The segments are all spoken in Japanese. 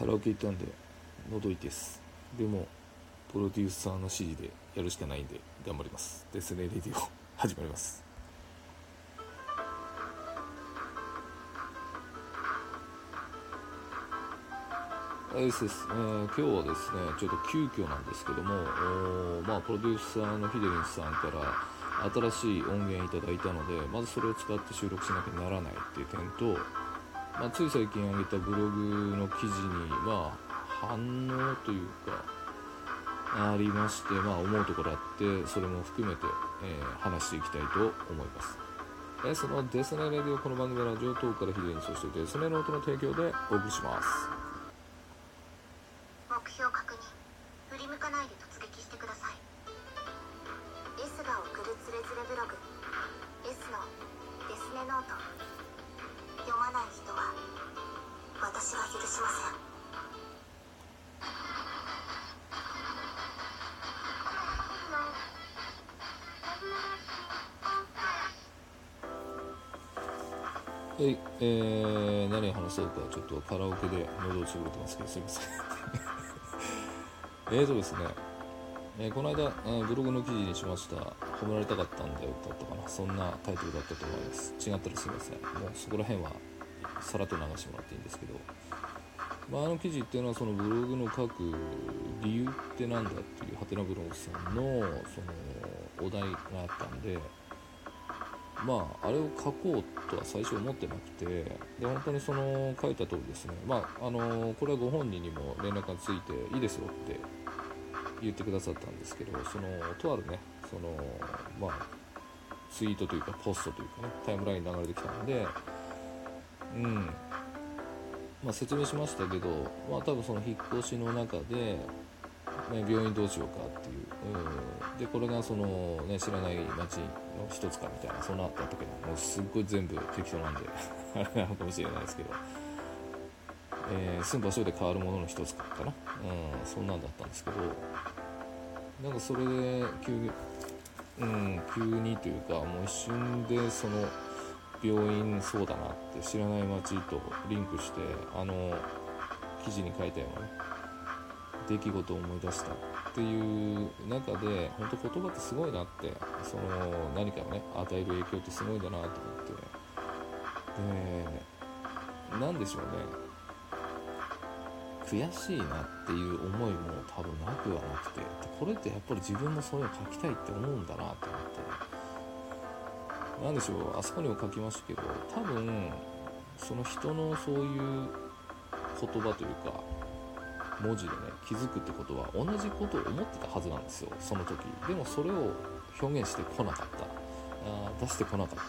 カラオケ行ったんで喉痛いです。でもプロデューサーの指示でやるしかないんで頑張ります。ですね、レディオ始まります。です、今日はですねちょっと急遽なんですけども、プロデューサーのヒデリンさんから新しい音源いただいたので、まずそれを使って収録しなきゃならないっていう点と、つい最近上げたブログの記事に反応というかありまして、思うところあって、それも含めて、話していきたいと思います。そのデスネレディオ、この番組はラジオトークからヒデリン、そしてデスネノートの提供でお送りします。 目標確認。振り向かないで突撃してください。 S が送るつれづれブログ、 S のデスネノート、読まない人は私は許しません。 何を話そうか、ちょっとカラオケで喉をつぶれてますけどすいませんですね、この間、ブログの記事にしました褒められたかったんだよだったかな、そんなタイトルだったと思います。違ったらすいません。もうそこら辺はさらっと流してもらっていいんですけど、あの記事っていうのはそのブログの書く理由ってなんだっていうハテナブログさんのそのお題があったんで、あれを書こうとは最初思ってなくて、で本当にその書いた通りですね、これはご本人にも連絡がついていいですよって言ってくださったんですけど、そのとあるねそのツイートというかポストというかね、タイムラインに流れてきたんで、説明しましたけど、多分その引っ越しの中で、病院どうしようかっていう、でこれがその、知らない町の一つかみたいな、そんなあった時のもうすっごい全部適当なんであれなのかもしれないですけど、住む場所で変わるものの一つかな、そんなんだったんですけど、なんかそれで急にというか、もう一瞬でその病院そうだなって知らない町とリンクして、記事に書いたようなね出来事を思い出したっていう中で、本当言葉ってすごいなって、その何かをね与える影響ってすごいんだなと思って、なんでしょうね、悔しいなっていう思いも多分なくはなくて、これってやっぱり自分もそういうの書きたいって思うんだなと思って、なんでしょう、あそこにも書きましたけど、多分その人のそういう言葉というか文字でね気づくってことは同じことを思ってたはずなんですよ、その時。でもそれを表現してこなかった、出してこなかった、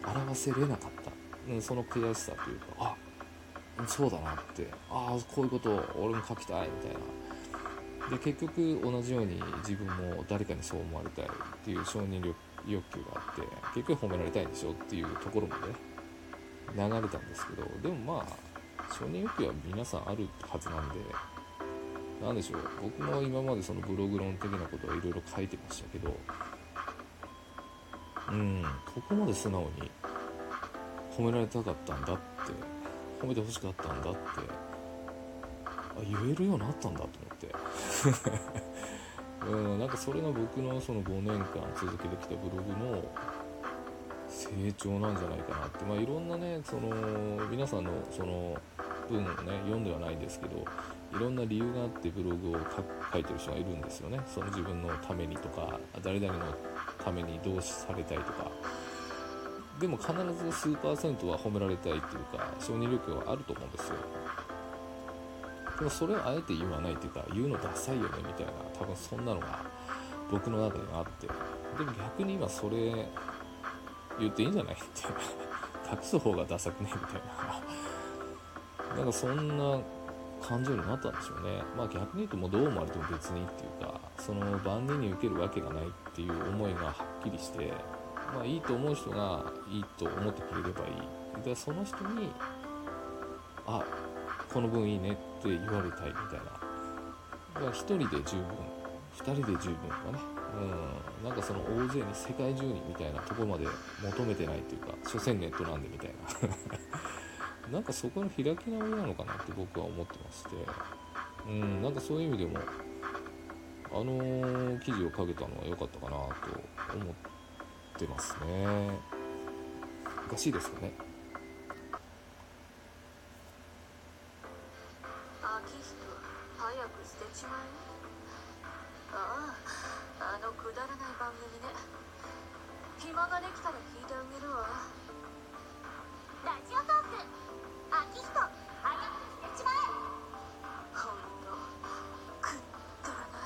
表せれなかった、その悔しさというか、そうだなって、こういうことを俺も書きたいみたいな。で結局同じように自分も誰かにそう思われたいっていう承認欲求があって、結局褒められたいんでしょっていうところまで、流れたんですけど、でも承認欲求は皆さんあるはずなんで、なんでしょう、僕も今までそのブログ論的なことはいろいろ書いてましたけど、ここまで素直に褒められたかったんだって、褒めてほしかったんだって言えるようになったんだと思ってなんかそれが僕のその5年間続けてきたブログの成長なんじゃないかなって、いろんなねその皆さんのその文をね読んではないんですけど、いろんな理由があってブログを書いてる人がいるんですよね。その自分のためにとか、誰々のためにどうされたいとか。でも必ず数%は褒められたいっていうか承認欲求はあると思うんですよ。でもそれをあえて言わないっていうか、言うのダサいよねみたいな、多分そんなのが僕の中にあって、でも逆に今それ言っていいんじゃないって隠す方がダサくねみたいななんかそんな感情になったんでしょうね。逆に言うともうどう思われても別にっていうか、その万人に受けるわけがないっていう思いがはっきりして、いいと思う人がいいと思ってくれればいい。でその人にこの文いいねって言われたいみたいな。一人で十分、二人で十分とかね、なんかその大勢に世界中にみたいなところまで求めてないというか、所詮ネットなんでみたいななんかそこの開き直りなのかなって僕は思ってまして、なんかそういう意味でも記事を書けたのは良かったかなと思ってますね。おかしいですかね。 アキヒト、早く捨てちまえ。あのくだらない番組ね。暇ができたら聞いてあげるわ。ラジオトーク、アキヒト、早く捨てちまえ。ほんとくだらない。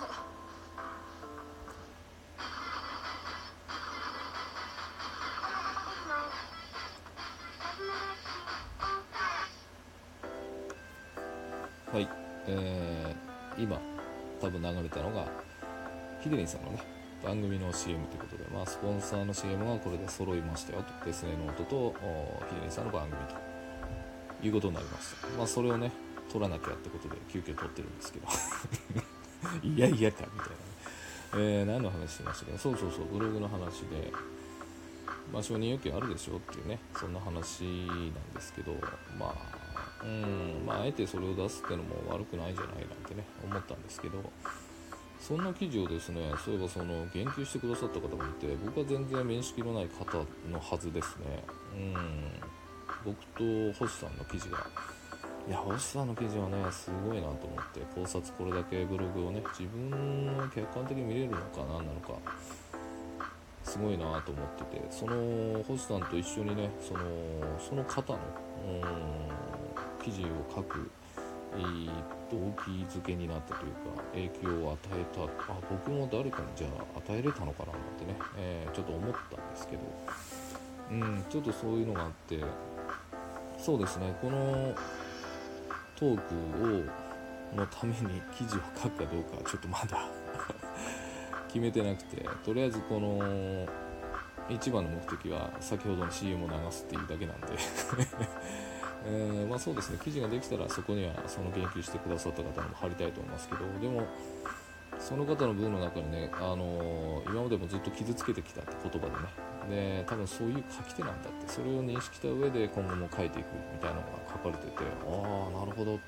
はい、今多分流れたのがヒデリンさんのね番組の CM ということで、スポンサーの CM がこれで揃いましたよと、デスネノートとヒデリンさんの番組ということになりました。それをね撮らなきゃってことで急遽撮ってるんですけどいやいやかみたいな、何の話しましたけど、そうブログの話で、承認欲求あるでしょっていうね、そんな話なんですけど、あえてそれを出すっていうのも悪くないんじゃないなんてね思ったんですけど、そんな記事をですね、そういえば言及してくださった方もいて、僕は全然面識のない方のはずですね。僕と星さんの記事が、星さんの記事はねすごいなと思って、考察これだけブログをね自分を客観的に見れるのか何なのかすごいなと思ってて、その星さんと一緒にねその方の記事を書く動機づけになったというか、影響を与えた、僕も誰かにじゃあ与えれたのかななんてね、ちょっと思ったんですけど、ちょっとそういうのがあって、そうですね、このトークのために記事を書くかどうかはちょっとまだ決めてなくて、とりあえずこの一番の目的は先ほどの CM を流すっていうだけなんでそうですね、記事ができたらそこにはその言及してくださった方にも貼りたいと思いますけど、でもその方の文の中にね、今までもずっと傷つけてきたって言葉でね、で多分そういう書き手なんだって、それを認識した上で今後も書いていくみたいなのが書かれてて、なるほどって、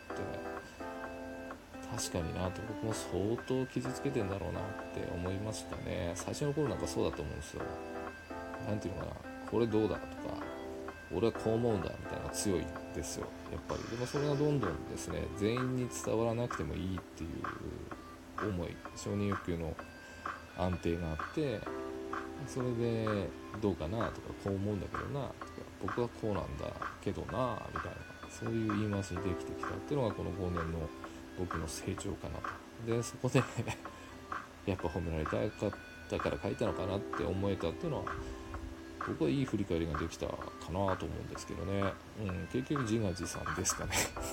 確かになと、僕も相当傷つけてんだろうなって思いましたね。最初の頃なんかそうだと思うんですよ。なんていうのかな、これどうだとか、俺はこう思うんだみたいなのが強いですよ、やっぱり。でもそれがどんどんですね、全員に伝わらなくてもいいっていう思い、承認欲求の安定があって、それでどうかなとか、こう思うんだけどなとか、僕はこうなんだけどなみたいな、そういう言い回しにできてきたっていうのがこの5年の僕の成長かなと。でそこでやっぱ褒められたかったから書いたのかなって思えたっていうのは、僕はいい振り返りができたかなと思うんですけどね。結局自画自賛ですかね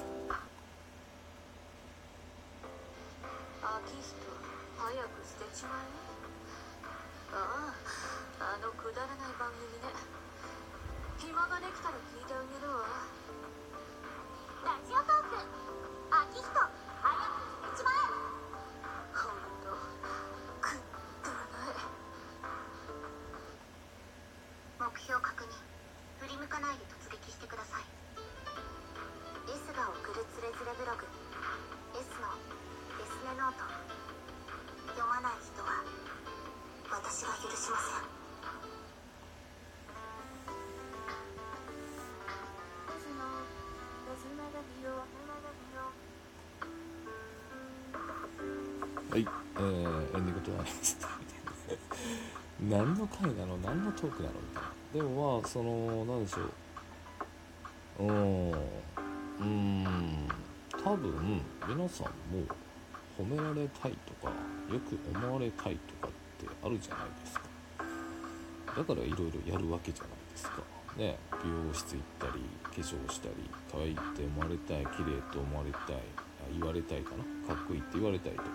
アキヒト、早く捨てちまえ。あのくだらない番組ね。暇ができたら聞いてあげるわ。ラジオトーク、アキヒト、早く捨てちまえ。ほんとくだらない。目標確認。振り向かないで突撃してください。 S が送るつれづれブログ、 S のデスネノート、読まない人は私が許しません。 はい、エンディングとなります何の回なの、何のトークなのみたいな。でもなんでしょう、多分皆さんも褒められたいとか、よく思われたいとかってあるじゃないですか。だからいろいろやるわけじゃないですかね。美容室行ったり、化粧したり、可愛いって思われたい、綺麗と思われたい、言われたいかな、かっこいいって言われたいとか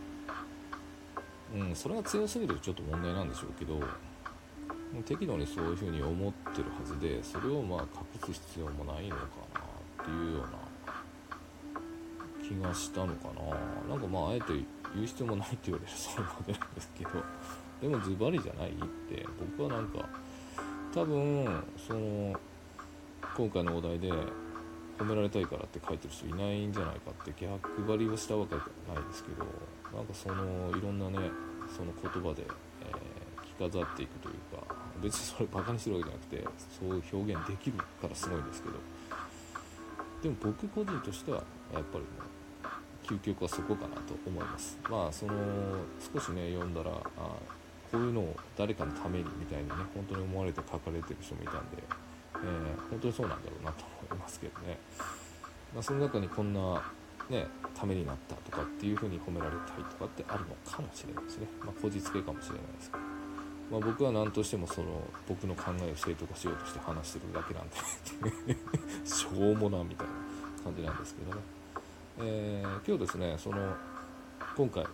ね。それが強すぎるとちょっと問題なんでしょうけど、適度にそういう風に思ってるはずで、それを隠す必要もないのかなっていうような気がしたのかな。なんかあえて言う必要もないって言われるそういうわけなんですけど、でもズバリじゃないって僕はなんか、多分今回のお題で褒められたいからって書いてる人いないんじゃないかって逆張りをしたわけじゃないですけど、なんかそのいろんなねその言葉で、着飾っていくというか、別にそれバカにしてるわけじゃなくてそういう表現できるからすごいんですけど、でも僕個人としてはやっぱりね究極はそこかなと思います。まあその少しね読んだらこういうのを誰かのためにみたいにね本当に思われて書かれてる人もいたんで、本当にそうなんだろうなと思いますけどね。まあ、その中にこんなねためになったとかっていう風に褒められたいとかってあるのかもしれないですね。まあこじつけかもしれないですけど、まあ、僕は何としてもその僕の考えを正当化しようとして話してるだけなんでしょうもなみたいな感じなんですけどね。今日ですねその今回、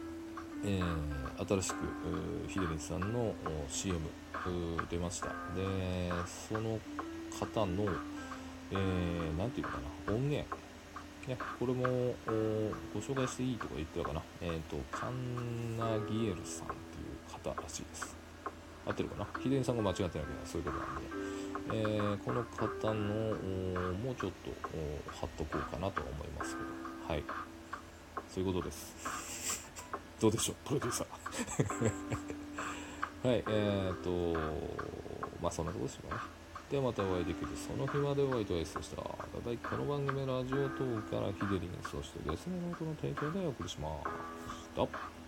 新しくヒデリンさんの CM 出ました。でその方の、なんていうのかな、音源ね、これもご紹介していいとか言ってたかな、カンナギエルさんっていう方らしいです。合ってるかな、ヒデンさんが間違ってなければそういうことなんで、この方のもうちょっと貼っとこうかなと思いますけど、はい、そういうことですどうでしょうプロデューサーはいまあそんなところでしょうかね。ではまたお会いできるその日までお相手は S でした。ただこの番組ラジオ等からヒデリンそしてデスネノートの提供でお送りしました。